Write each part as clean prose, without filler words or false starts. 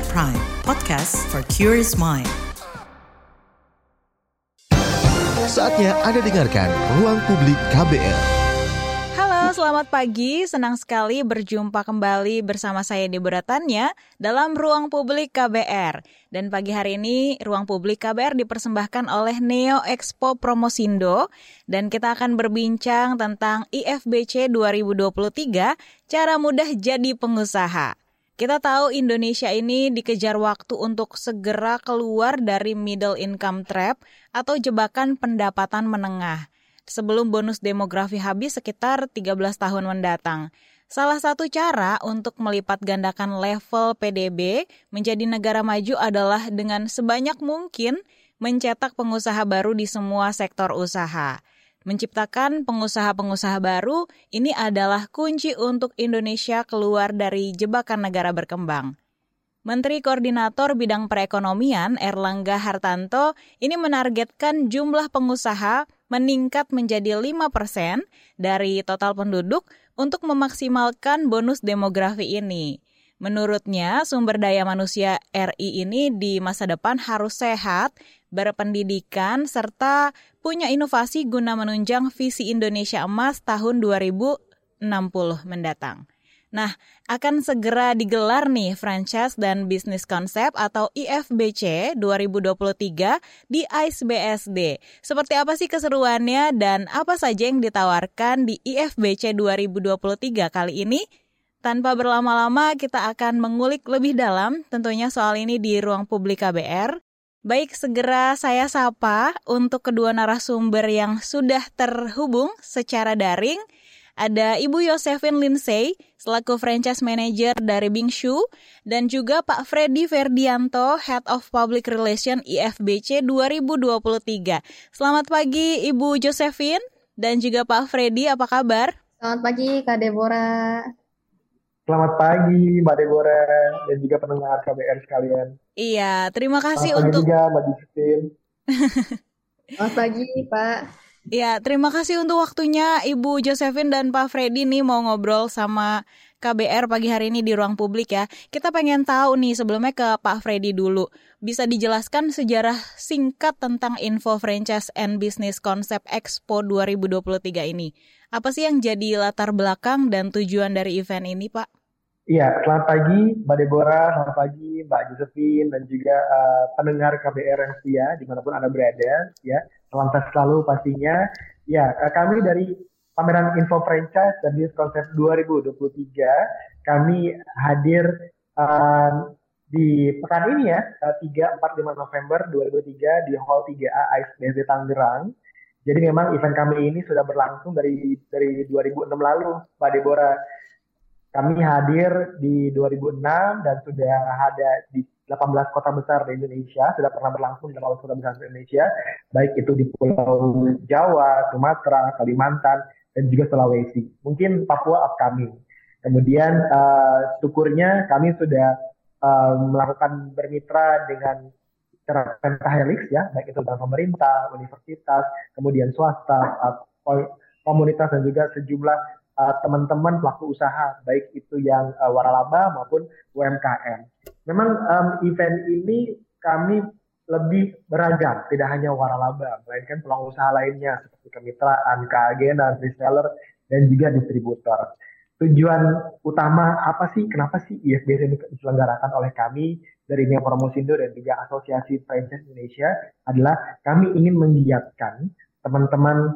KBR Prime, podcast for curious mind. Saatnya Anda dengarkan Ruang Publik KBR. Halo, selamat pagi. Senang sekali berjumpa kembali bersama saya Deborah Tanya dalam Ruang Publik KBR. Dan pagi hari ini Ruang Publik KBR dipersembahkan oleh Neo Expo Promosindo. Dan kita akan berbincang tentang IFBC 2023, cara mudah jadi pengusaha. Kita tahu Indonesia ini dikejar waktu untuk segera keluar dari middle income trap atau jebakan pendapatan menengah sebelum bonus demografi habis sekitar 13 tahun mendatang. Salah satu cara untuk melipat gandakan level PDB menjadi negara maju adalah dengan sebanyak mungkin mencetak pengusaha baru di semua sektor usaha. Menciptakan pengusaha-pengusaha baru ini adalah kunci untuk Indonesia keluar dari jebakan negara berkembang. Menteri Koordinator Bidang Perekonomian Erlangga Hartanto ini menargetkan jumlah pengusaha meningkat menjadi 5% dari total penduduk untuk memaksimalkan bonus demografi ini. Menurutnya, sumber daya manusia RI ini di masa depan harus sehat, berpendidikan, serta punya inovasi guna menunjang visi Indonesia Emas tahun 2060 mendatang. Nah, akan segera digelar nih Franchise dan Business Concept atau IFBC 2023 di ICE BSD. Seperti apa sih keseruannya dan apa saja yang ditawarkan di IFBC 2023 kali ini? Tanpa berlama-lama, kita akan mengulik lebih dalam tentunya soal ini di Ruang Publik KBR. Baik, segera saya sapa untuk kedua narasumber yang sudah terhubung secara daring. Ada Ibu Josephine Lindsay, selaku Franchise Manager dari Bingshu, dan juga Pak Freddy Ferdianto, Head of Public Relations IFBC 2023. Selamat pagi Ibu Josephine dan juga Pak Freddy, apa kabar? Selamat pagi Kak Deborah. Selamat pagi Mbak Deborah dan juga pendengar KBR sekalian. Iya, terima kasih Selamat untuk... pagi juga Mbak Josephine. Selamat pagi Pak. Ya, terima kasih untuk waktunya Ibu Josephine dan Pak Freddy nih mau ngobrol sama KBR pagi hari ini di Ruang Publik ya. Kita pengen tahu nih sebelumnya ke Pak Freddy dulu. Bisa dijelaskan sejarah singkat tentang Info Franchise and Business Concept Expo 2023 ini. Apa sih yang jadi latar belakang dan tujuan dari event ini, Pak? Iya, selamat pagi Mbak Deborah, selamat pagi Mbak Josephine dan juga pendengar KBR yang setia dimanapun Anda berada. Ya, salam sehat selalu pastinya. Ya, kami dari pameran Info Franchise dan Business Concept 2023, kami hadir di pekan ini ya, 3, 4, 5 November 2023 di Hall 3A ICE BSD Tangerang. Jadi memang event kami ini sudah berlangsung dari 2006 lalu, Mbak Deborah. Kami hadir di 2006 dan sudah ada di 18 kota besar di Indonesia, sudah pernah berlangsung di 18 kota besar di Indonesia, baik itu di Pulau Jawa, Sumatera, Kalimantan, dan juga Sulawesi. Mungkin Papua upcoming. Kemudian syukurnya kami sudah melakukan bermitra dengan Pentahelix ya, baik itu dengan pemerintah, universitas, kemudian swasta, komunitas dan juga sejumlah teman-teman pelaku usaha, baik itu yang waralaba maupun UMKM. Memang event ini kami lebih beragam, tidak hanya waralaba, melainkan pelaku usaha lainnya seperti kemitraan, keagenan, reseller, dan juga distributor. Tujuan utama apa sih, kenapa sih IFBC ini diselenggarakan oleh kami dari Neo Promosindo dan juga Asosiasi Franchise Indonesia adalah kami ingin menggiatkan teman-teman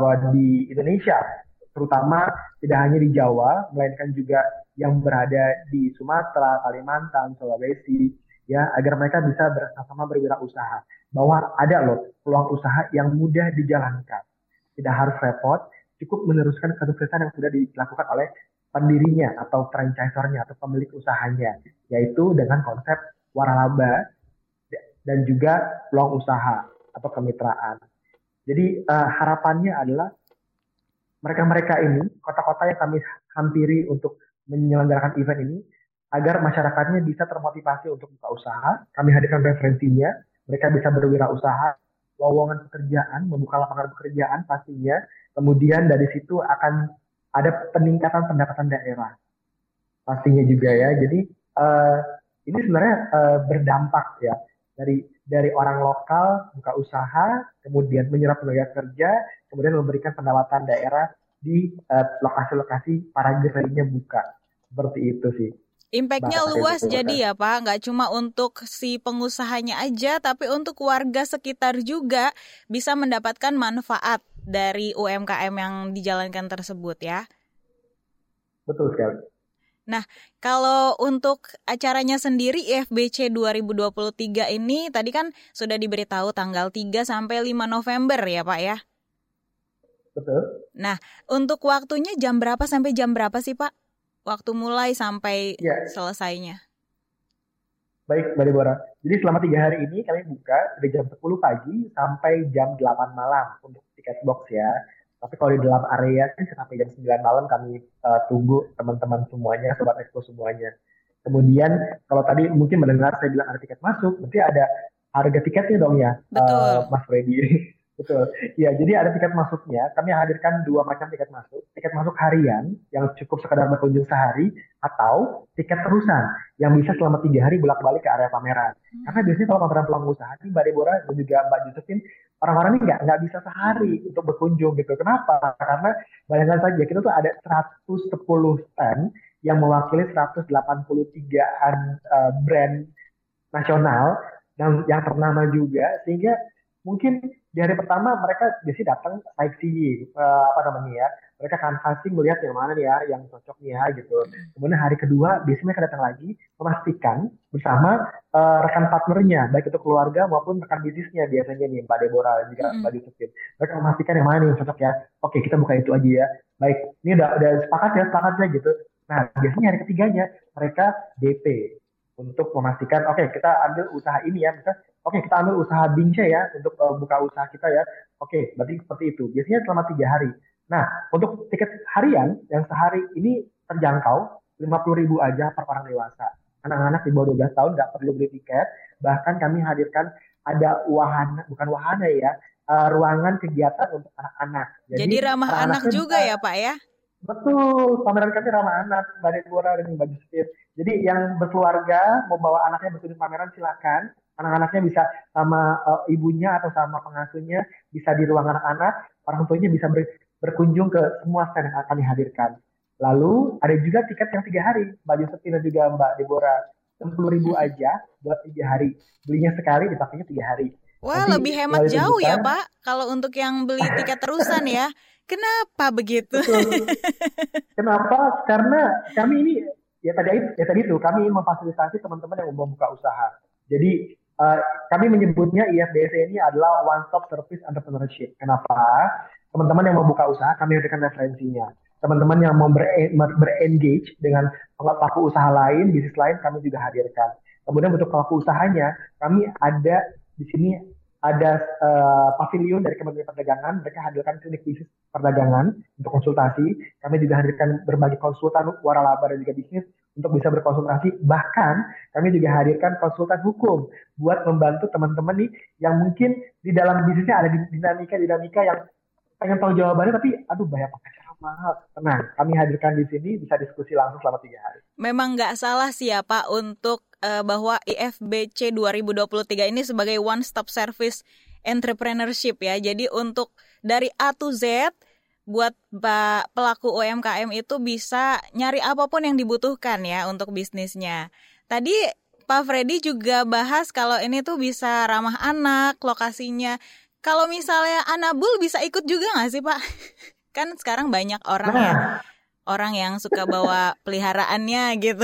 di Indonesia, terutama tidak hanya di Jawa, melainkan juga yang berada di Sumatera, Kalimantan, Sulawesi, ya, agar mereka bisa bersama-sama berwirausaha. Bahwa ada loh peluang usaha yang mudah dijalankan, tidak harus repot, cukup meneruskan kesuksesan yang sudah dilakukan oleh pendirinya atau franchisornya atau pemilik usahanya, yaitu dengan konsep waralaba dan juga peluang usaha atau kemitraan. Jadi harapannya adalah mereka-mereka ini, kota-kota yang kami hampiri untuk menyelenggarakan event ini, agar masyarakatnya bisa termotivasi untuk buka usaha. Kami hadirkan referensinya, mereka bisa berwirausaha, lowongan pekerjaan, membuka lapangan pekerjaan pastinya. Kemudian dari situ akan ada peningkatan pendapatan daerah pastinya juga ya. Jadi ini sebenarnya berdampak ya dari orang lokal buka usaha, kemudian menyerap tenaga kerja, kemudian memberikan pendapatan daerah di lokasi-lokasi para gerainya buka. Seperti itu sih. Impact-nya luas jadi ya Pak, nggak cuma untuk si pengusahanya aja, tapi untuk warga sekitar juga bisa mendapatkan manfaat dari UMKM yang dijalankan tersebut ya. Betul sekali. Nah, kalau untuk acaranya sendiri IFBC 2023 ini tadi kan sudah diberitahu tanggal 3 sampai 5 November ya Pak ya? Betul. Nah, untuk waktunya jam berapa sampai jam berapa sih Pak? Waktu mulai sampai selesainya. Baik, Mbak Deborah. Jadi selama 3 hari ini kami buka dari jam 10 pagi sampai jam 8 malam untuk tiket box ya. Tapi kalau di dalam area sih sampai jam 9 malam kami tunggu teman-teman semuanya, Sobat Expo semuanya. Kemudian kalau tadi mungkin mendengar saya bilang ada tiket masuk, berarti ada harga tiketnya dong ya, Mas Freddy. Betul. Ya, jadi ada tiket masuknya. Kami hadirkan 2 macam tiket masuk. Tiket masuk harian yang cukup sekadar berkunjung sehari atau tiket terusan yang bisa selama 3 hari bolak-balik ke area pameran. Karena biasanya kalau pameran peluang usaha ini Mbak Deborah dan juga Mbak Josephine, orang-orang ini nggak bisa sehari untuk berkunjung gitu. Kenapa? Karena bayangkan saja kita tuh ada 110 stand yang mewakili 183-an brand nasional dan yang ternama juga, sehingga mungkin di hari pertama mereka biasanya datang sightseeing, mereka canvassing melihat yang mana nih ya, yang cocok nih ya gitu. Kemudian hari kedua biasanya mereka datang lagi memastikan bersama rekan partnernya, baik itu keluarga maupun rekan bisnisnya biasanya nih Mbak Deborah dan juga Mbak Josephine. Mereka memastikan yang mana nih yang cocok ya. Oke, kita buka itu aja ya. Baik, ini udah sepakat ya gitu. Nah, biasanya hari ketiganya mereka DP untuk memastikan, oke, kita ambil usaha ini ya, misalnya, oke, kita ambil usaha Binca ya untuk buka usaha kita ya. Oke, berarti seperti itu. Biasanya selama 3 hari. Nah, untuk tiket harian yang sehari ini terjangkau 50.000 aja per orang dewasa. Anak-anak di bawah 12 tahun nggak perlu beli tiket. Bahkan kami hadirkan ada ruangan kegiatan untuk anak-anak. Jadi ramah anak juga ya Pak ya? Betul, pameran kami ramah anak, Mbak Deborah dan Mbak Josephine. Jadi yang berkeluarga mau bawa anaknya berkunjung pameran silakan. Anak-anaknya bisa sama ibunya atau sama pengasuhnya, bisa di ruang anak-anak. Orang tuanya bisa berkunjung ke semua stand yang akan dihadirkan. Lalu ada juga tiket yang 3 hari, Mbak Josephine dan juga Mbak Deborah. 10.000 aja buat 3 hari. Belinya sekali, dipakainya 3 hari. Wah, nanti lebih hemat jauh ya Pak, kalau untuk yang beli tiket terusan ya. Kenapa begitu? Kenapa? Karena kami ini ya tadi itu kami ingin memfasilitasi teman-teman yang mau buka usaha. Jadi kami menyebutnya IFBC ini adalah one stop service entrepreneurship. Kenapa? Teman-teman yang mau buka usaha kami hadirkan referensinya. Teman-teman yang mau berengage dengan pelaku usaha lain, bisnis lain kami juga hadirkan. Kemudian untuk pelaku usahanya kami ada di sini ada pavilion dari Kementerian Perdagangan, mereka hadirkan klinik bisnis perdagangan untuk konsultasi. Kami juga hadirkan berbagai konsultan waralaba dan juga bisnis untuk bisa berkonsultasi. Bahkan kami juga hadirkan konsultan hukum buat membantu teman-teman nih yang mungkin di dalam bisnisnya ada dinamika yang pengen tahu jawabannya tapi aduh bayar pengacara mahal. Tenang, kami hadirkan di sini bisa diskusi langsung selama 3 hari. Memang nggak salah sih ya Pak untuk bahwa IFBC 2023 ini sebagai one stop service entrepreneurship ya. Jadi untuk dari A to Z buat pelaku UMKM itu bisa nyari apapun yang dibutuhkan ya untuk bisnisnya. Tadi Pak Freddy juga bahas kalau ini tuh bisa ramah anak, lokasinya. Kalau misalnya Anabul bisa ikut juga nggak sih Pak? Kan sekarang banyak orang yang suka bawa peliharaannya gitu.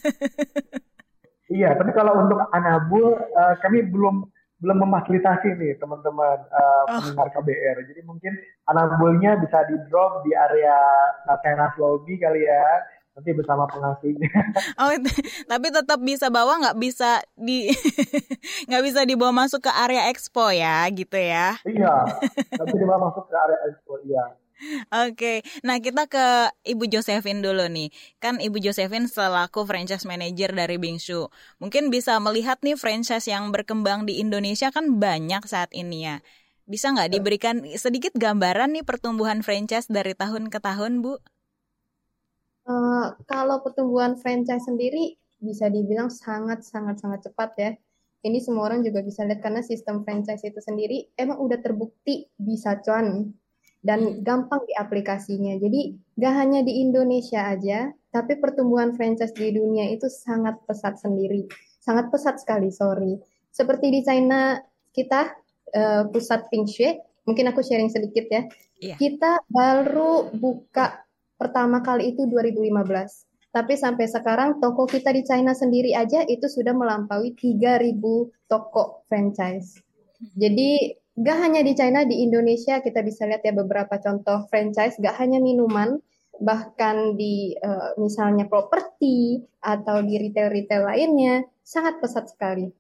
Iya, tapi kalau untuk Anabul kami belum memfasilitasi nih teman-teman pendengar KBR. Jadi mungkin Anabulnya bisa di drop di area teras lobby kali ya, nanti bersama pengasuhnya. Oh, tapi tetap bisa bawa, nggak bisa dibawa masuk ke area expo ya, gitu ya? Iya, nggak bisa dibawa masuk ke area expo, iya. Oke, nah kita ke Ibu Josephine dulu nih. Kan Ibu Josephine selaku franchise manager dari Bingsu. Mungkin bisa melihat nih franchise yang berkembang di Indonesia kan banyak saat ini ya. Bisa nggak diberikan sedikit gambaran nih pertumbuhan franchise dari tahun ke tahun, Bu? Kalau pertumbuhan franchise sendiri bisa dibilang sangat cepat ya. Ini semua orang juga bisa lihat karena sistem franchise itu sendiri emang udah terbukti bisa cuan dan gampang di aplikasinya. Jadi gak hanya di Indonesia aja, tapi pertumbuhan franchise di dunia itu sangat pesat sekali, sorry. Seperti di China kita, pusat Ping Shui, mungkin aku sharing sedikit ya. Iya. Kita baru buka pertama kali itu 2015. Tapi sampai sekarang toko kita di China sendiri aja itu sudah melampaui 3.000 toko franchise. Jadi gak hanya di China, di Indonesia kita bisa lihat ya beberapa contoh franchise, gak hanya minuman, bahkan di misalnya properti atau di retail-retail lainnya, sangat pesat sekali.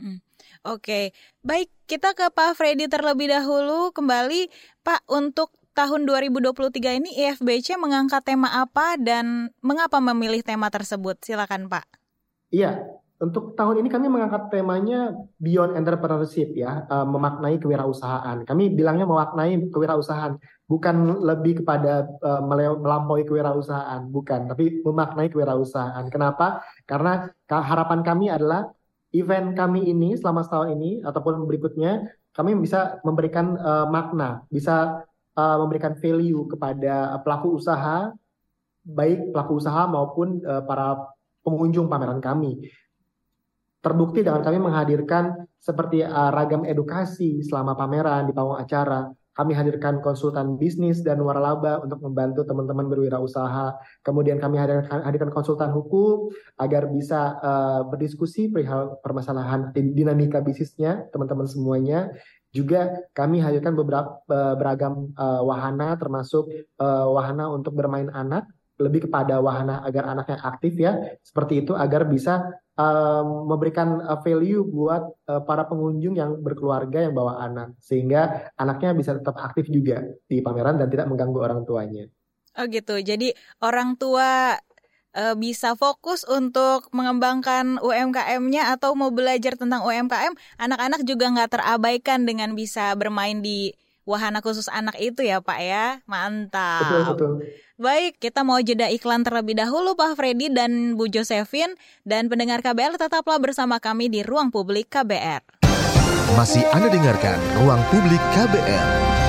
Oke, baik, kita ke Pak Freddy terlebih dahulu. Kembali, Pak, untuk tahun 2023 ini IFBC mengangkat tema apa dan mengapa memilih tema tersebut? Silakan, Pak. Iya, untuk tahun ini kami mengangkat temanya Beyond Entrepreneurship ya, memaknai kewirausahaan. Kami bilangnya memaknai kewirausahaan, bukan lebih kepada melampaui kewirausahaan, bukan, tapi memaknai kewirausahaan. Kenapa? Karena harapan kami adalah event kami ini selama setahun ini ataupun berikutnya, kami bisa memberikan makna, bisa memberikan value kepada pelaku usaha, baik pelaku usaha maupun para pengunjung pameran kami. Terbukti dengan kami menghadirkan seperti ragam edukasi selama pameran di panggung acara. Kami hadirkan konsultan bisnis dan waralaba untuk membantu teman-teman berwirausaha. Kemudian kami hadirkan konsultan hukum agar bisa berdiskusi perihal permasalahan dinamika bisnisnya teman-teman semuanya. Juga kami hadirkan beberapa beragam wahana, termasuk wahana untuk bermain anak, lebih kepada wahana agar anaknya aktif ya, seperti itu agar bisa memberikan value buat para pengunjung yang berkeluarga yang bawa anak, sehingga anaknya bisa tetap aktif juga di pameran dan tidak mengganggu orang tuanya. Oh gitu, jadi orang tua bisa fokus untuk mengembangkan UMKM-nya atau mau belajar tentang UMKM, anak-anak juga nggak terabaikan dengan bisa bermain di wahana khusus anak itu ya Pak ya, mantap. Betul. Baik, kita mau jeda iklan terlebih dahulu Pak Freddy dan Bu Josephine, dan pendengar KBR tetaplah bersama kami di Ruang Publik KBR. Masih Anda dengarkan Ruang Publik KBR.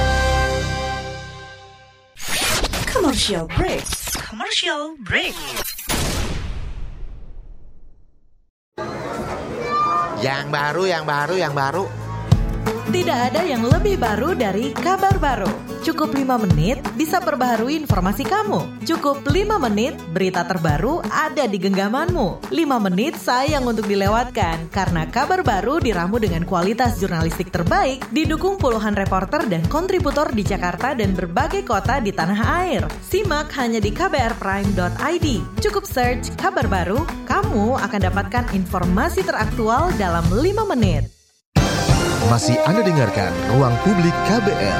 Commercial break. Yang baru. Tidak ada yang lebih baru dari kabar baru. Cukup 5 menit bisa perbaharui informasi kamu. Cukup 5 menit berita terbaru ada di genggamanmu. 5 menit sayang untuk dilewatkan karena kabar baru diramu dengan kualitas jurnalistik terbaik, didukung puluhan reporter dan kontributor di Jakarta dan berbagai kota di tanah air. Simak hanya di kbrprime.id. Cukup search kabar baru, kamu akan dapatkan informasi teraktual dalam 5 menit. Masih Anda dengarkan Ruang Publik KBR.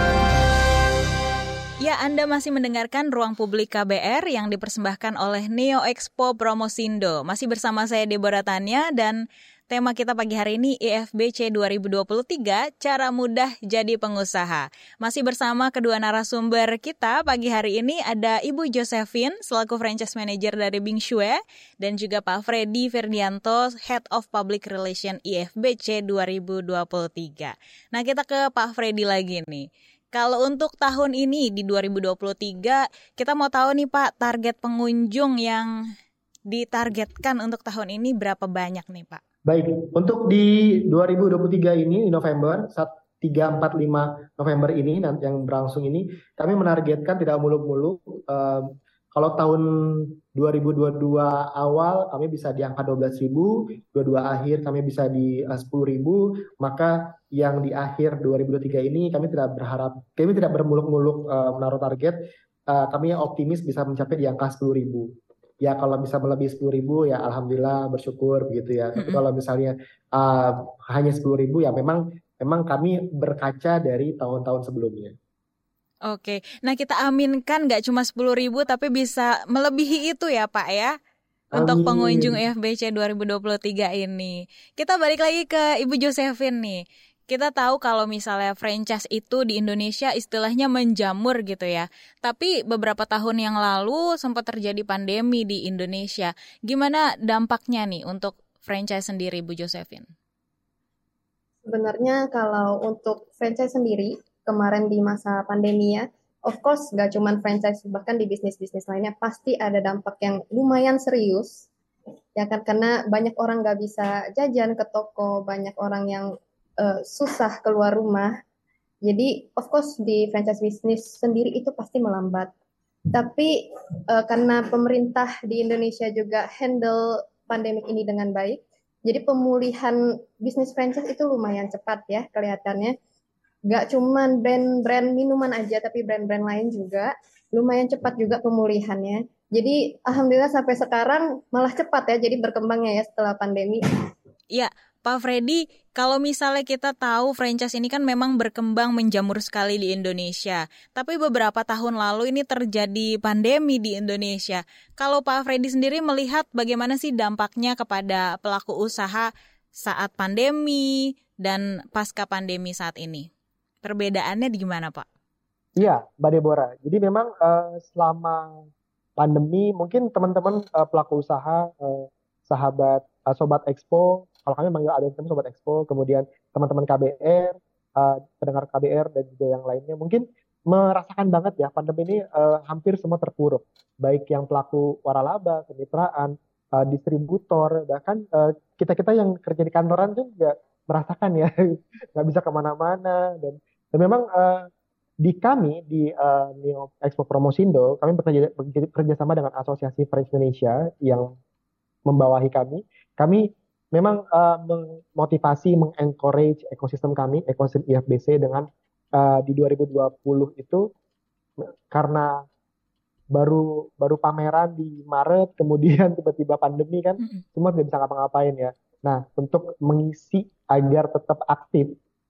Ya, Anda masih mendengarkan Ruang Publik KBR yang dipersembahkan oleh Neo Expo Promosindo. Masih bersama saya Deborah Tanya dan tema kita pagi hari ini IFBC 2023, cara mudah jadi pengusaha. Masih bersama kedua narasumber kita pagi hari ini ada Ibu Josephine selaku Franchise Manager dari Bing Shui dan juga Pak Freddy Ferdianto, Head of Public Relation IFBC 2023. Nah, kita ke Pak Freddy lagi nih. Kalau untuk tahun ini di 2023, kita mau tahu nih Pak, target pengunjung yang ditargetkan untuk tahun ini berapa banyak nih Pak? Baik, untuk di 2023 ini, di November, 3, 4, 5 November ini, yang berlangsung ini, kami menargetkan tidak muluk-muluk. Kalau tahun 2022 awal, kami bisa di angka 12.000, 22 akhir kami bisa di 10.000, maka yang di akhir 2023 ini kami tidak bermuluk-muluk menaruh target, kami optimis bisa mencapai di angka 10.000. Ya kalau bisa melebihi 10.000 ya alhamdulillah bersyukur begitu ya. Tapi kalau misalnya hanya 10.000 ya memang kami berkaca dari tahun-tahun sebelumnya. Oke, nah kita aminkan nggak cuma 10.000 tapi bisa melebihi itu ya Pak ya. Untuk pengunjung IFBC 2023 ini. Kita balik lagi ke Ibu Josephine nih. kita tahu kalau misalnya franchise itu di Indonesia istilahnya menjamur gitu ya. Tapi beberapa tahun yang lalu sempat terjadi pandemi di Indonesia. Gimana dampaknya nih untuk franchise sendiri, Bu Josephine? Sebenarnya kalau untuk franchise sendiri, kemarin di masa pandemi ya, of course nggak cuma franchise, bahkan di bisnis-bisnis lainnya pasti ada dampak yang lumayan serius. Ya kan, karena banyak orang nggak bisa jajan ke toko, banyak orang yang susah keluar rumah. Jadi, of course di franchise bisnis sendiri itu pasti melambat. Tapi karena pemerintah di Indonesia juga handle pandemik ini dengan baik, jadi pemulihan bisnis franchise itu lumayan cepat ya kelihatannya. Gak cuman brand-brand minuman aja, tapi brand-brand lain juga lumayan cepat juga pemulihannya. Jadi alhamdulillah sampai sekarang malah cepat ya, jadi berkembangnya ya setelah pandemi. Ya, Pak Freddy, kalau misalnya kita tahu franchise ini kan memang berkembang menjamur sekali di Indonesia. Tapi beberapa tahun lalu ini terjadi pandemi di Indonesia. Kalau Pak Freddy sendiri melihat bagaimana sih dampaknya kepada pelaku usaha saat pandemi dan pasca pandemi saat ini? Perbedaannya di gimana, Pak? Iya, Mbak Deborah. Jadi memang selama pandemi mungkin teman-teman pelaku usaha, sobat Expo, kalau kami manggil ada teman sobat Expo, kemudian teman-teman KBR, pendengar KBR dan juga yang lainnya mungkin merasakan banget ya pandemi ini hampir semua terpuruk, baik yang pelaku waralaba, kemitraan, distributor, bahkan kita-kita yang kerja di kantoran juga merasakan ya nggak bisa kemana-mana dan memang di kami di Neo Expo Promosindo kami bekerja sama dengan Asosiasi Franchise Indonesia yang membawahi kami memang memotivasi, mengencourage ekosistem kami, ekosistem IFBC dengan di 2020 itu karena baru pameran di Maret, kemudian tiba-tiba pandemi kan, semua tidak bisa ngapa-ngapain ya. Nah, untuk mengisi agar tetap aktif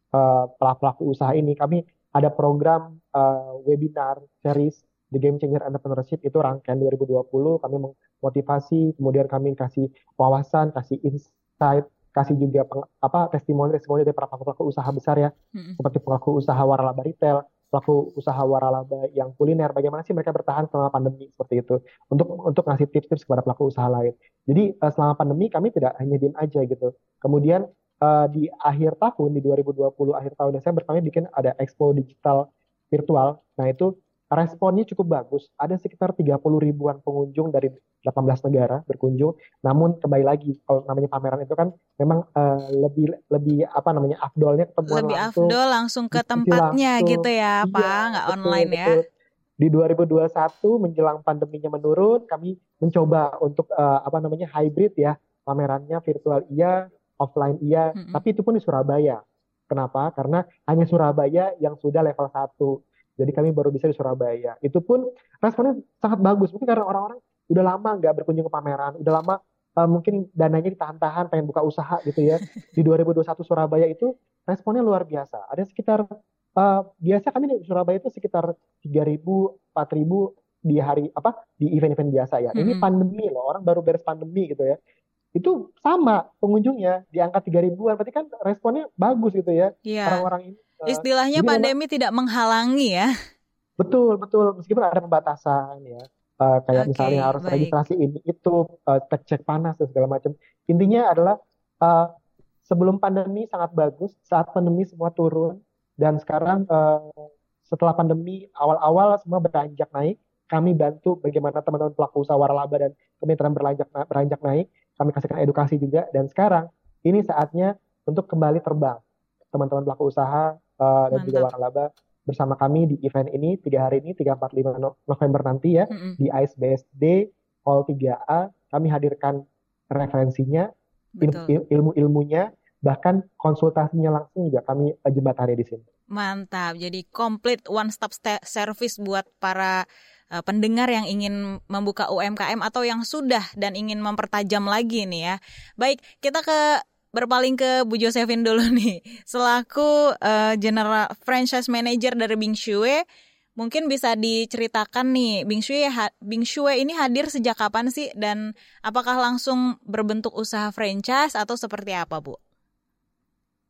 pelaku usaha ini, kami ada program webinar series The Game Changer Entrepreneurship itu rangkaian 2020, kami memotivasi, kemudian kami kasih wawasan, kasih insight, kasih juga testimoni dari para pelaku usaha besar ya, seperti pelaku usaha waralaba retail, pelaku usaha waralaba yang kuliner, bagaimana sih mereka bertahan selama pandemi seperti itu, untuk ngasih tips-tips kepada pelaku usaha lain. Jadi selama pandemi kami tidak hanya diem aja gitu. Kemudian di akhir tahun, di 2020 akhir tahun Desember, kami bikin ada Expo Digital Virtual. Nah itu responnya cukup bagus. Ada sekitar 30 ribuan pengunjung dari 18 negara berkunjung. Namun kembali lagi, kalau namanya pameran itu kan memang lebih afdolnya ketemuan lebih langsung. Lebih afdol langsung ke tempatnya langsung, gitu ya, Pak, iya, nggak betul, online ya. Betul. Di 2021 menjelang pandeminya menurun, kami mencoba untuk hybrid ya, pamerannya virtual iya, offline iya, tapi itu pun di Surabaya. Kenapa? Karena hanya Surabaya yang sudah level 1. Jadi kami baru bisa di Surabaya. Itu pun responnya sangat bagus. Mungkin karena orang-orang udah lama nggak berkunjung ke pameran, udah lama mungkin dananya ditahan-tahan, pengen buka usaha gitu ya. Di 2021 Surabaya itu responnya luar biasa. Ada sekitar, biasa kami di Surabaya itu sekitar 3.000, 4.000 di di event-event biasa ya. Ini pandemi loh, orang baru beres pandemi gitu ya. Itu sama pengunjungnya di angka 3.000-an, berarti kan responnya bagus gitu ya. Orang-orang ini. Istilahnya pandemi tidak menghalangi ya. Betul. Meskipun ada pembatasan ya. Kayak misalnya harus registrasi ini, itu, cek panas dan segala macam. Intinya adalah sebelum pandemi sangat bagus, saat pandemi semua turun, dan sekarang setelah pandemi awal-awal semua beranjak naik. Kami bantu bagaimana teman-teman pelaku usaha waralaba dan kemitraan beranjak naik. Kami kasihkan edukasi juga, dan sekarang ini saatnya untuk kembali terbang. Teman-teman pelaku usaha dan juga waralaba bersama kami di event ini 3 hari ini, 3, 4, 5 November nanti ya, di ICE-BSD Hall 3A. Kami hadirkan referensinya, ilmu-ilmunya, bahkan konsultasinya langsung juga kami jembatani di sini. Mantap, jadi komplit one stop service buat para pendengar yang ingin membuka UMKM atau yang sudah dan ingin mempertajam lagi nih ya. Baik, kita berpaling ke Bu Josephine dulu nih. Selaku General Franchise Manager dari Bing Shue, mungkin bisa diceritakan nih, Bing Shue ini hadir sejak kapan sih, dan apakah langsung berbentuk usaha franchise atau seperti apa, Bu?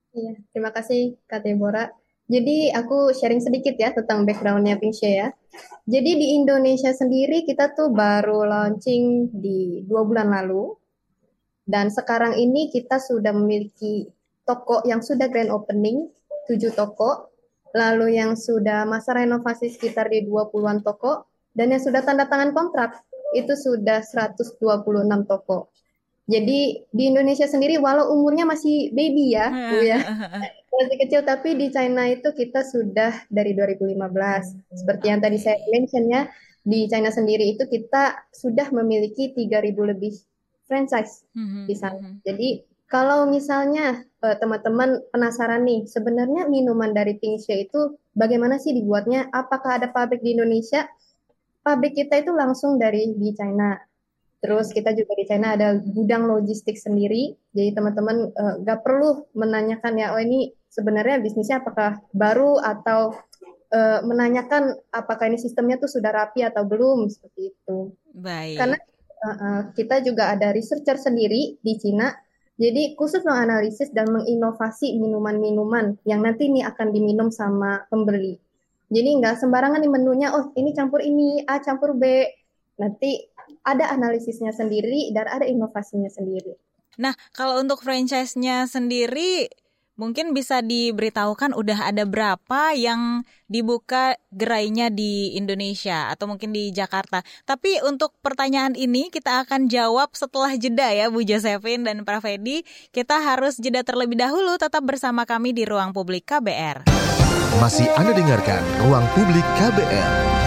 Iya, terima kasih Kak Deborah. Jadi aku sharing sedikit ya tentang backgroundnya Pingshe ya. Jadi di Indonesia sendiri kita tuh baru launching di 2 bulan lalu. Dan sekarang ini kita sudah memiliki toko yang sudah grand opening, 7 toko. Lalu yang sudah masa renovasi sekitar di 20-an toko. Dan yang sudah tanda tangan kontrak itu sudah 126 toko. Jadi di Indonesia sendiri walau umurnya masih baby ya, Bu ya. Masih kecil tapi di China itu kita sudah dari 2015. Seperti yang tadi saya mention ya, di China sendiri itu kita sudah memiliki 3.000 lebih franchise di sana. Jadi kalau misalnya teman-teman penasaran nih, sebenarnya minuman dari Pingshe itu bagaimana sih dibuatnya? Apakah ada pabrik di Indonesia? Pabrik kita itu langsung dari di China. Terus kita juga di China ada gudang logistik sendiri, jadi teman-teman nggak perlu menanyakan ya, oh ini sebenarnya bisnisnya apakah baru atau menanyakan apakah ini sistemnya tuh sudah rapi atau belum, seperti itu. Karena Baik. kita juga ada researcher sendiri di Cina, jadi khusus menganalisis dan menginovasi minuman-minuman yang nanti ini akan diminum sama pembeli. Jadi nggak sembarangan nih menunya, oh ini campur ini, A campur B. Nanti ada analisisnya sendiri dan ada inovasinya sendiri. Nah, kalau untuk franchise-nya sendiri, mungkin bisa diberitahukan udah ada berapa yang dibuka gerainya di Indonesia atau mungkin di Jakarta. Tapi untuk pertanyaan ini kita akan jawab setelah jeda ya Bu Josephine dan Pak Fedi. Kita harus jeda terlebih dahulu, tetap bersama kami di Ruang Publik KBR. Masih Anda dengarkan Ruang Publik KBR.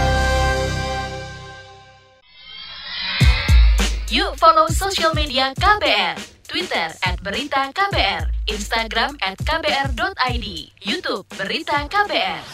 Yuk follow social media KBR, Twitter @beritaKBR, Instagram @kbr.id, YouTube Berita KBR.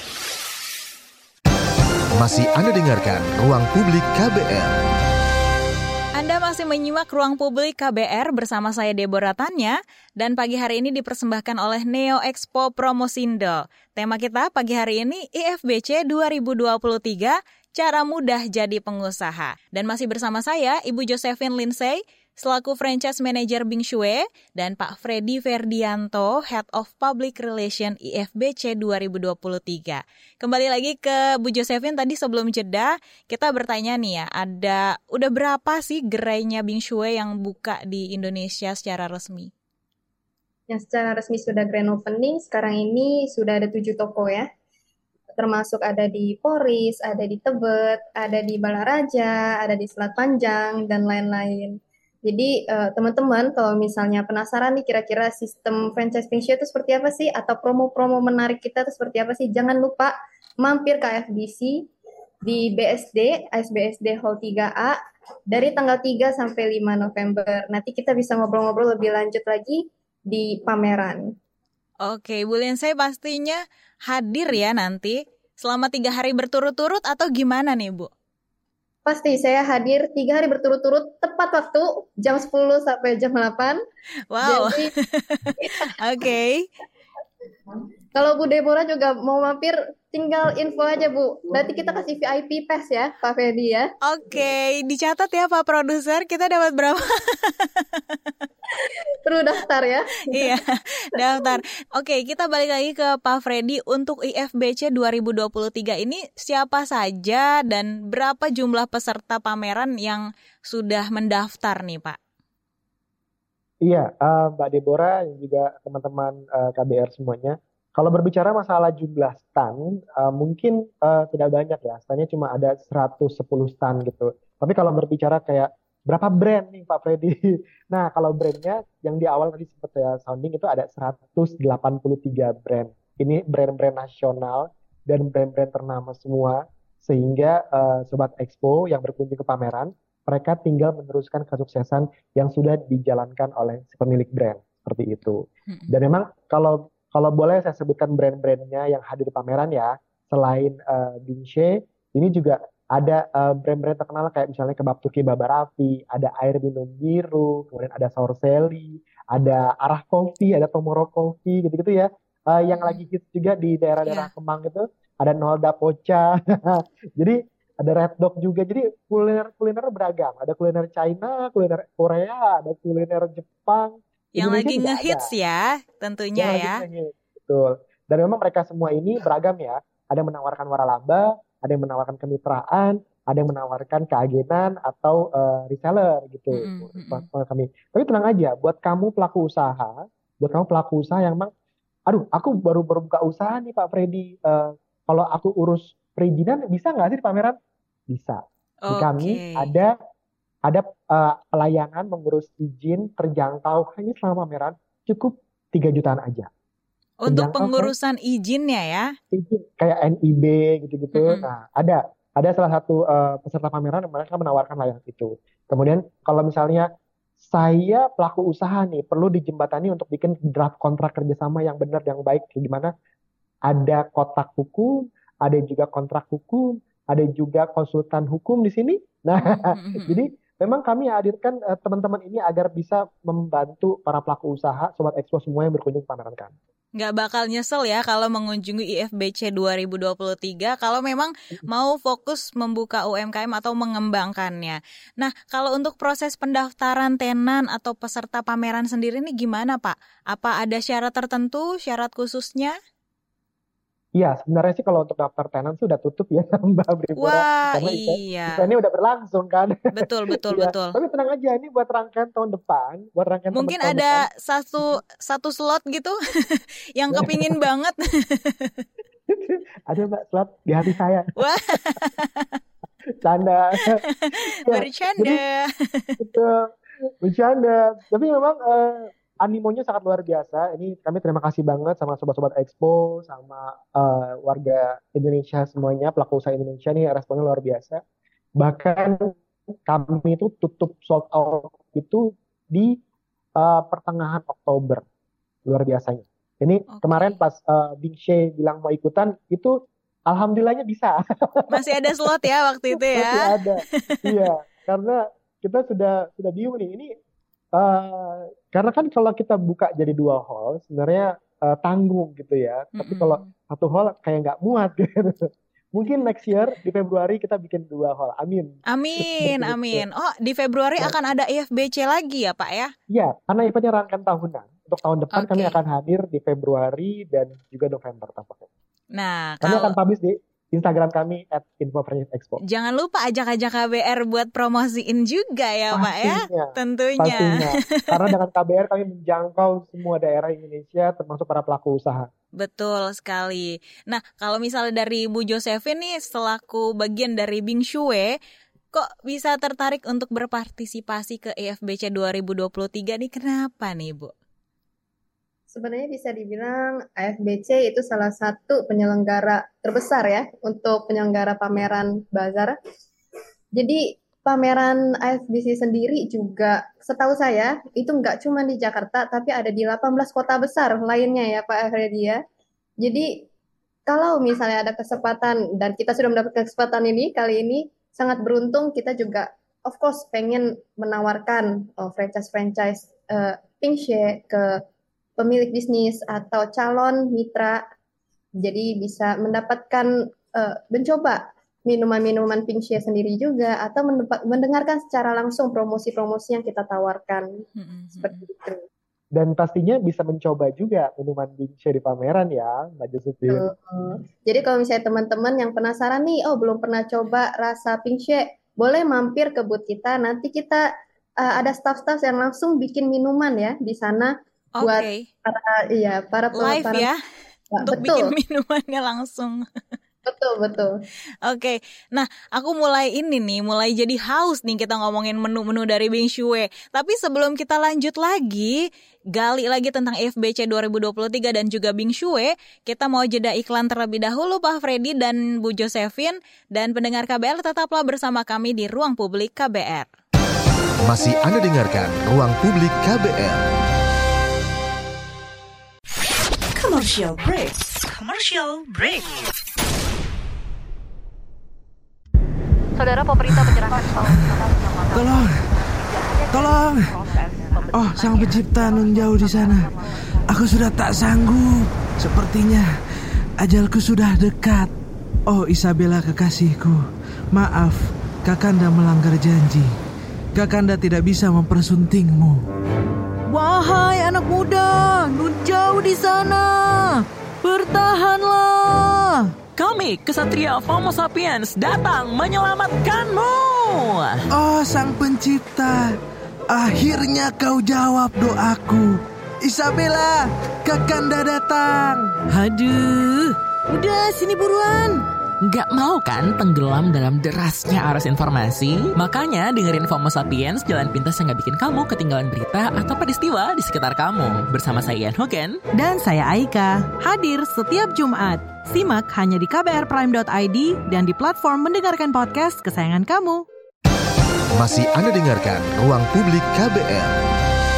Masih Anda dengarkan Ruang Publik KBR. Anda masih menyimak Ruang Publik KBR bersama saya Deborah Tanya, dan pagi hari ini dipersembahkan oleh Neo Expo Promosindo. Tema kita pagi hari ini IFBC 2023, cara mudah jadi pengusaha. Dan masih bersama saya Ibu Josephine Lindsay selaku Franchise Manager Pingshe dan Pak Freddy Ferdianto, Head of Public Relation IFBC 2023. Kembali lagi ke Bu Josephine, tadi sebelum jeda kita bertanya nih ya, udah berapa sih gerainya Pingshe yang buka di Indonesia secara resmi? Yang secara resmi sudah grand opening, sekarang ini sudah ada 7 toko ya. Termasuk ada di Poris, ada di Tebet, ada di Balaraja, ada di Selat Panjang, dan lain-lain. Jadi teman-teman kalau misalnya penasaran nih kira-kira sistem franchise Pingshe itu seperti apa sih, atau promo-promo menarik kita itu seperti apa sih, jangan lupa mampir ke FBC di BSD, ASBSD Hall 3A dari tanggal 3 sampai 5 November. Nanti kita bisa ngobrol-ngobrol lebih lanjut lagi di pameran. Oke, Bu Lindsay pastinya hadir ya nanti selama 3 hari berturut-turut atau gimana nih Bu? Pasti saya hadir 3 hari berturut-turut tepat waktu jam 10 sampai jam 8. Wow. Jadi Oke. kalau Bu Deborah juga mau mampir, tinggal info aja Bu. Nanti kita kasih VIP pass ya Pak Fedi ya. Oke, dicatat ya Pak Produser, kita dapat berapa? Perlu daftar ya. Iya, daftar. Oke, kita balik lagi ke Pak Freddy. Untuk IFBC 2023 ini siapa saja dan berapa jumlah peserta pameran yang sudah mendaftar nih Pak? Iya, Mbak Deborah dan juga teman-teman KBR semuanya. Kalau berbicara masalah jumlah stand, mungkin tidak banyak ya. Standnya cuma ada 110 stand gitu. Tapi kalau berbicara kayak berapa brand nih Pak Freddy? Nah, kalau brandnya yang di awal tadi sempat saya sounding itu ada 183 brand. Ini brand-brand nasional dan brand-brand ternama semua. Sehingga Sobat Expo yang berkunjung ke pameran, mereka tinggal meneruskan kesuksesan yang sudah dijalankan oleh si pemilik brand. Seperti itu. Dan memang kalau boleh saya sebutkan brand-brandnya yang hadir di pameran ya, selain Pingshe, ini juga ada brand-brand terkenal kayak misalnya Kebab Turki Baba Raffi, ada air minum biru, kemudian ada Sour Sally, ada Arah Coffee, ada Tomorrow Coffee, gitu-gitu ya. Yang lagi hits juga di daerah-daerah Kemang itu, ada Nolda Pocha. Jadi ada Red Dog juga. Jadi kuliner beragam. Ada kuliner China, kuliner Korea, ada kuliner Jepang, Yang lagi Indonesia ngehits ya, tentunya Yang ya. lagi ngehits, betul. Dan memang mereka semua ini beragam ya. Ada yang menawarkan waralaba, ada yang menawarkan kemitraan, ada yang menawarkan keagenan atau reseller gitu. Kami. Tapi tenang aja, buat kamu pelaku usaha yang memang, aduh, aku baru buka usaha nih Pak Freddy. Kalau aku urus perizinan bisa nggak sih di pameran? Bisa. Di kami ada pelayanan mengurus izin terjangkau hanya selama pameran cukup 3 jutaan aja. Untuk pengurusan izinnya ya? Izin kayak NIB gitu-gitu. Nah, ada salah satu peserta pameran yang mereka menawarkan layanan itu. Kemudian kalau misalnya saya pelaku usaha nih perlu dijembatani untuk bikin draft kontrak kerjasama yang benar, yang baik, di mana ada kotak hukum, ada juga kontrak hukum, ada juga konsultan hukum di sini. Nah, jadi memang kami hadirkan teman-teman ini agar bisa membantu para pelaku usaha, Sobat Expo semua yang berkunjung ke pameran kami. Nggak bakal nyesel ya kalau mengunjungi IFBC 2023 kalau memang mau fokus membuka UMKM atau mengembangkannya. Nah, kalau untuk proses pendaftaran tenan atau peserta pameran sendiri ini gimana Pak? Apa ada syarat tertentu, syarat khususnya? Iya, sebenarnya sih kalau untuk daftar tenan sudah tutup ya Mbak Bribora. Wah, Karena iya. ini udah berlangsung kan. Betul. Ya, tapi tenang aja, ini buat rangkaian tahun depan. Mungkin ada satu slot gitu yang kepingin banget. Ada Mbak slot di hati saya. Wah. Canda. Bercanda. Betul, bercanda. Tapi memang animonya sangat luar biasa. Ini kami terima kasih banget sama sobat-sobat Expo, sama warga Indonesia semuanya, pelaku usaha Indonesia nih, responnya luar biasa. Bahkan kami itu tutup sold out itu di pertengahan Oktober, luar biasanya. Ini kemarin pas Bing She bilang mau ikutan, itu alhamdulillahnya bisa. Masih ada slot ya waktu itu ya? Masih ada, iya. Karena kita sudah bingung nih, ini karena kan kalau kita buka jadi 2 hall sebenarnya tanggung gitu ya. Tapi kalau 1 hall kayak nggak muat gitu. Mungkin next year di Februari kita bikin 2 hall. Amin. Oh, di Februari akan ada IFBC lagi ya Pak ya? Iya, karena eventnya rangkaian tahunan. Untuk tahun depan kami akan hadir di Februari dan juga November tampaknya. Nah, kami akan publish di Instagram kami @info_franchise_expo. Jangan lupa ajak-ajak KBR buat promosiin juga ya Pak ya, tentunya. Pastinya. Karena dengan KBR kami menjangkau semua daerah Indonesia termasuk para pelaku usaha. Betul sekali. Nah, kalau misalnya dari Bu Josephine nih selaku bagian dari Bing Shue, kok bisa tertarik untuk berpartisipasi ke IFBC 2023 nih? Kenapa nih Bu? Sebenarnya bisa dibilang IFBC itu salah satu penyelenggara terbesar ya untuk penyelenggara pameran bazar. Jadi pameran IFBC sendiri juga setahu saya itu nggak cuma di Jakarta tapi ada di 18 kota besar lainnya ya Pak Freddy ya. Jadi kalau misalnya ada kesempatan dan kita sudah mendapatkan kesempatan ini kali ini sangat beruntung, kita juga of course pengen menawarkan franchise Bing She ke pemilik bisnis atau calon mitra, jadi bisa mendapatkan mencoba minuman-minuman Bing She sendiri juga atau mendengarkan secara langsung promosi-promosi yang kita tawarkan seperti itu. Dan pastinya bisa mencoba juga minuman Bing She di pameran ya, Mbak Josephine. Jadi kalau misalnya teman-teman yang penasaran nih, belum pernah coba rasa Bing She, boleh mampir ke booth kita. Nanti kita ada staff-staff yang langsung bikin minuman ya di sana. Buat para live ya, untuk bikin minumannya langsung. Betul. Oke, nah aku mulai jadi haus nih kita ngomongin menu-menu dari Bing Shue. Tapi sebelum kita lanjut lagi, gali lagi tentang IFBC 2023 dan juga Bing Shue, kita mau jeda iklan terlebih dahulu Pak Freddy dan Bu Josephine. Dan pendengar KBR tetaplah bersama kami di Ruang Publik KBR. Masih Anda dengarkan Ruang Publik KBR. Commercial break. Saudara, pemerintah menyerahkan Tolong. Oh, Sang Pencipta nun jauh di sana. Aku sudah tak sanggup. Sepertinya ajalku sudah dekat. Oh, Isabella kekasihku. Maaf, Kakanda melanggar janji. Kakanda tidak bisa mempersuntingmu. Wahai anak muda, nun jauh di sana, bertahanlah. Kami, Kesatria Homo Sapiens, datang menyelamatkanmu. Oh Sang Pencipta, akhirnya kau jawab doaku. Isabella, Kakanda datang. Aduh, udah sini buruan. Nggak mau kan tenggelam dalam derasnya arus informasi? Makanya dengerin Homo Sapiens, jalan pintas yang nggak bikin kamu ketinggalan berita atau peristiwa di sekitar kamu. Bersama saya Ian Hogan. Dan saya Aika, hadir setiap Jumat. Simak hanya di kbrprime.id dan di platform mendengarkan podcast kesayangan kamu. Masih Anda dengarkan Ruang Publik KBR.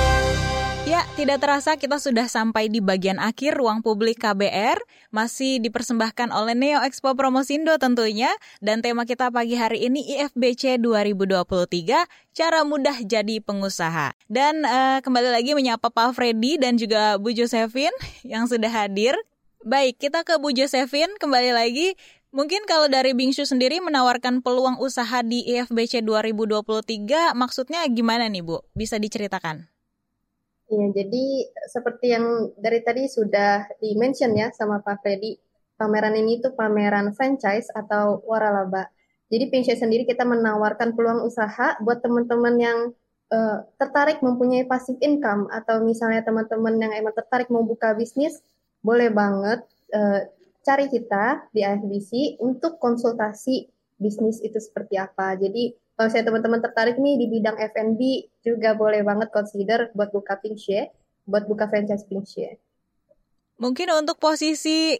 Ya, tidak terasa kita sudah sampai di bagian akhir Ruang Publik KBR. Masih dipersembahkan oleh Neo Expo Promosindo tentunya. Dan tema kita pagi hari ini IFBC 2023, cara mudah jadi pengusaha. Dan kembali lagi menyapa Pak Freddy dan juga Bu Josephine yang sudah hadir. Baik, kita ke Bu Josephine kembali lagi. Mungkin kalau dari Bingshu sendiri menawarkan peluang usaha di IFBC 2023, maksudnya gimana nih Bu? Bisa diceritakan? Ya, jadi seperti yang dari tadi sudah di-mention ya sama Pak Freddy, pameran ini tuh pameran franchise atau waralaba. Jadi Pingshe sendiri kita menawarkan peluang usaha buat teman-teman yang tertarik mempunyai passive income, atau misalnya teman-teman yang emang tertarik mau buka bisnis, boleh banget cari kita di IFBC untuk konsultasi bisnis itu seperti apa. Jadi kalau saya teman-teman tertarik nih di bidang F&B, juga boleh banget consider buat buka Pingshe, buat buka franchise Pingshe. Mungkin untuk posisi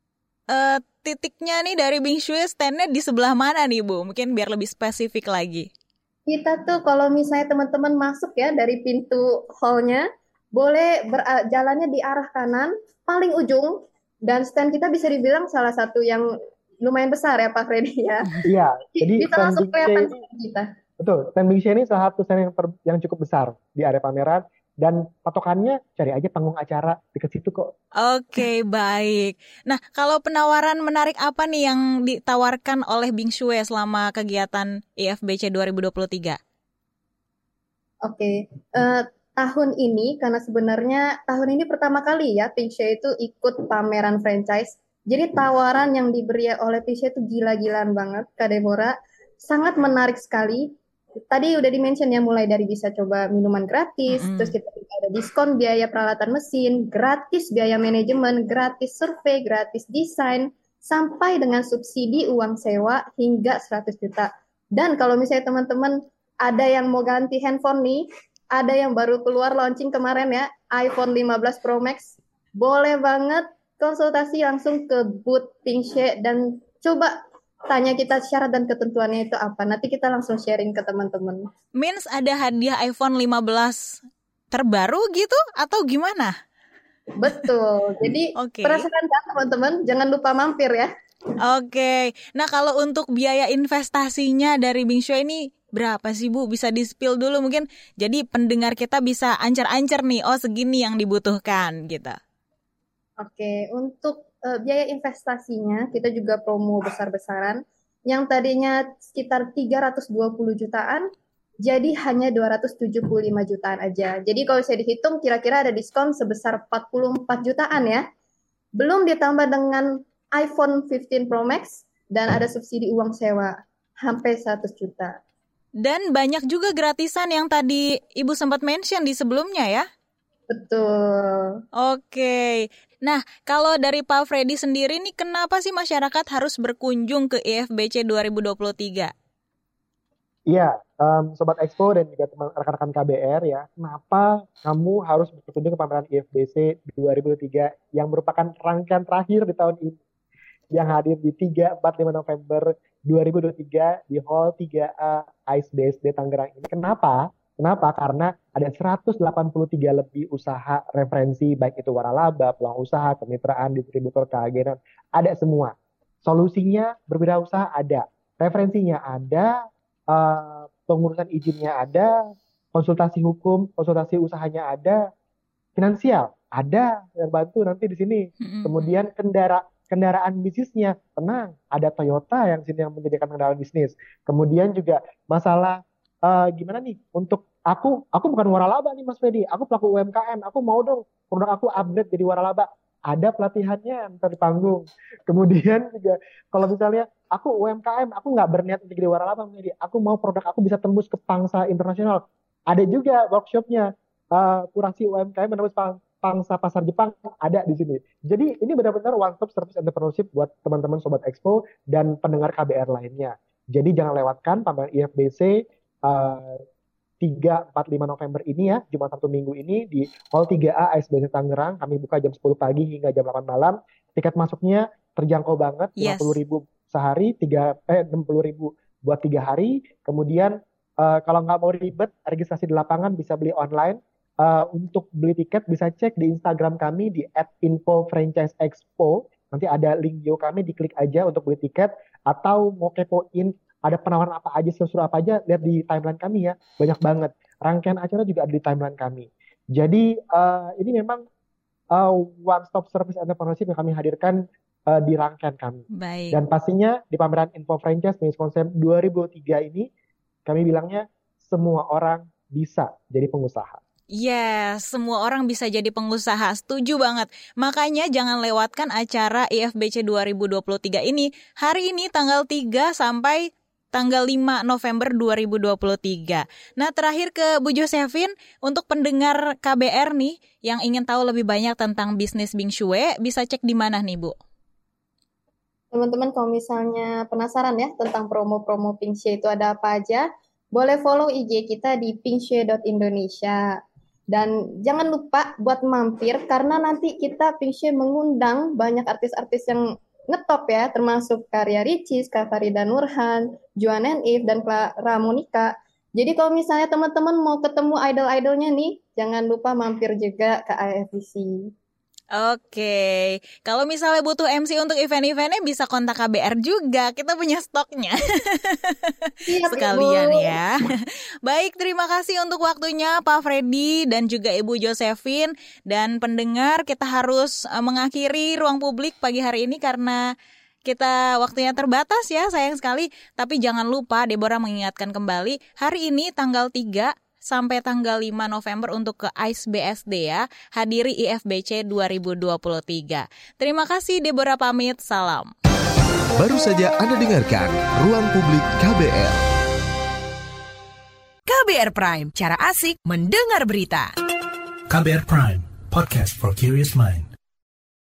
titiknya nih dari Bingshu, stand-nya di sebelah mana nih Bu? Mungkin biar lebih spesifik lagi. Kita tuh kalau misalnya teman-teman masuk ya dari pintu hall-nya, boleh jalannya di arah kanan, paling ujung, dan stand kita bisa dibilang salah satu yang lumayan besar ya Pak Freddy ya. Iya, jadi bisa langsung kelihatan kita. Betul, stand Bingshe ini salah satu stand yang cukup besar di area pameran, dan patokannya cari aja panggung acara dekat situ kok. Oke, baik. Nah, kalau penawaran menarik apa nih yang ditawarkan oleh Bingshu selama kegiatan IFBC 2023? Oke, tahun ini karena sebenarnya tahun ini pertama kali ya Pingshe itu ikut pameran franchise. Jadi tawaran yang diberi oleh Pingshe itu gila-gilaan banget, Kak Deborah. Sangat menarik sekali. Tadi udah di-mention ya, mulai dari bisa coba minuman gratis, terus kita ada diskon biaya peralatan mesin, gratis biaya manajemen, gratis survei, gratis desain, sampai dengan subsidi uang sewa hingga 100 juta. Dan kalau misalnya teman-teman ada yang mau ganti handphone nih, ada yang baru keluar launching kemarin ya, iPhone 15 Pro Max, boleh banget konsultasi langsung ke booth Pingshe dan coba tanya kita syarat dan ketentuannya itu apa. Nanti kita langsung sharing ke teman-teman. Means ada hadiah iPhone 15 terbaru gitu atau gimana? Betul. Jadi penasaran kan teman-teman? Jangan lupa mampir ya. Oke. Nah, kalau untuk biaya investasinya dari Bingshu ini berapa sih Bu? Bisa di-spill dulu mungkin. Jadi pendengar kita bisa ancer-ancer nih, oh segini yang dibutuhkan gitu. Oke, untuk biaya investasinya kita juga promo besar-besaran. Yang tadinya sekitar 320 jutaan, jadi hanya 275 jutaan aja. Jadi kalau saya dihitung kira-kira ada diskon sebesar 44 jutaan ya. Belum ditambah dengan iPhone 15 Pro Max dan ada subsidi uang sewa sampai 100 juta. Dan banyak juga gratisan yang tadi Ibu sempat mention di sebelumnya ya? Betul. Oke. Nah, kalau dari Pak Freddy sendiri nih, kenapa sih masyarakat harus berkunjung ke IFBC 2023? Iya, Sobat Expo dan juga rekan-rekan KBR ya, kenapa kamu harus berkunjung ke pameran IFBC 2023 yang merupakan rangkaian terakhir di tahun ini, yang hadir di 3, 4, 5 November 2023 di Hall 3A AIS BSD Tangerang ini. Kenapa? Karena ada 183 lebih usaha referensi, baik itu waralaba, peluang usaha, kemitraan, distributor, keagenan, ada semua. Solusinya berwirausaha ada, referensinya ada, pengurusan izinnya ada, konsultasi hukum, konsultasi usahanya ada, finansial ada yang bantu nanti di sini. Kemudian kendaraan bisnisnya, tenang, ada Toyota yang sini yang menyediakan kendaraan bisnis. Kemudian juga masalah gimana nih untuk aku bukan waralaba nih Mas Fedi, aku pelaku UMKM, aku mau dong produk aku upgrade jadi waralaba. Ada pelatihannya ntar di panggung. Kemudian juga kalau misalnya aku UMKM, aku nggak berniat untuk jadi waralaba, Mas Fedi, aku mau produk aku bisa tembus ke pangsa internasional. Ada juga workshopnya, kurasi UMKM menembus pangsa pasar Jepang, ada di sini. Jadi ini benar-benar one stop service entrepreneurship buat teman-teman Sobat Expo dan pendengar KBR lainnya. Jadi jangan lewatkan pameran IFBC 3, 4, 5 November ini ya, Jumat Sabtu Minggu ini di Hall 3A ASBC Tangerang. Kami buka jam 10 pagi hingga jam 8 malam. Tiket masuknya terjangkau banget, 50.000 sehari, 60.000 buat 3 hari. Kemudian kalau nggak mau ribet, registrasi di lapangan bisa beli online. Untuk beli tiket bisa cek di Instagram kami di @info_franchise_expo. Nanti ada link bio kami, diklik aja untuk beli tiket. Atau mau kepoin ada penawaran apa aja, sesuatu apa aja, lihat di timeline kami ya. Banyak banget. Rangkaian acara juga ada di timeline kami. Jadi ini memang one stop service entrepreneurship yang kami hadirkan di rangkaian kami. Baik. Dan pastinya di pameran Info Franchise Business Concept 2023 ini kami bilangnya semua orang bisa jadi pengusaha. Yes, semua orang bisa jadi pengusaha. Setuju banget. Makanya jangan lewatkan acara IFBC 2023 ini. Hari ini tanggal 3 sampai tanggal 5 November 2023. Nah, terakhir ke Bu Josephine, untuk pendengar KBR nih yang ingin tahu lebih banyak tentang bisnis Bing Shue, bisa cek di mana nih, Bu? Teman-teman kalau misalnya penasaran ya tentang promo-promo Bing Shue itu ada apa aja, boleh follow IG kita di pingshe.indonesia. Dan jangan lupa buat mampir karena nanti kita Bing Shue mengundang banyak artis-artis yang ngetop ya, termasuk Karya Ricis, Kak Farida Nurhan, Joan and Eve, dan Clara Monica. Jadi kalau misalnya teman-teman mau ketemu idol-idolnya nih, jangan lupa mampir juga ke IFBC. Oke, kalau misalnya butuh MC untuk event-eventnya bisa kontak KBR juga, kita punya stoknya. Sekalian ya. Baik, terima kasih untuk waktunya Pak Freddy dan juga Ibu Josephine. Dan pendengar, kita harus mengakhiri ruang publik pagi hari ini karena kita waktunya terbatas ya, sayang sekali. Tapi jangan lupa, Deborah mengingatkan kembali, hari ini tanggal 3 sampai tanggal 5 November untuk ke ICE BSD ya. Hadiri IFBC 2023. Terima kasih, Deborah pamit. Salam. Baru saja Anda dengarkan Ruang Publik KBR. KBR Prime, cara asik mendengar berita. KBR Prime, podcast for curious mind.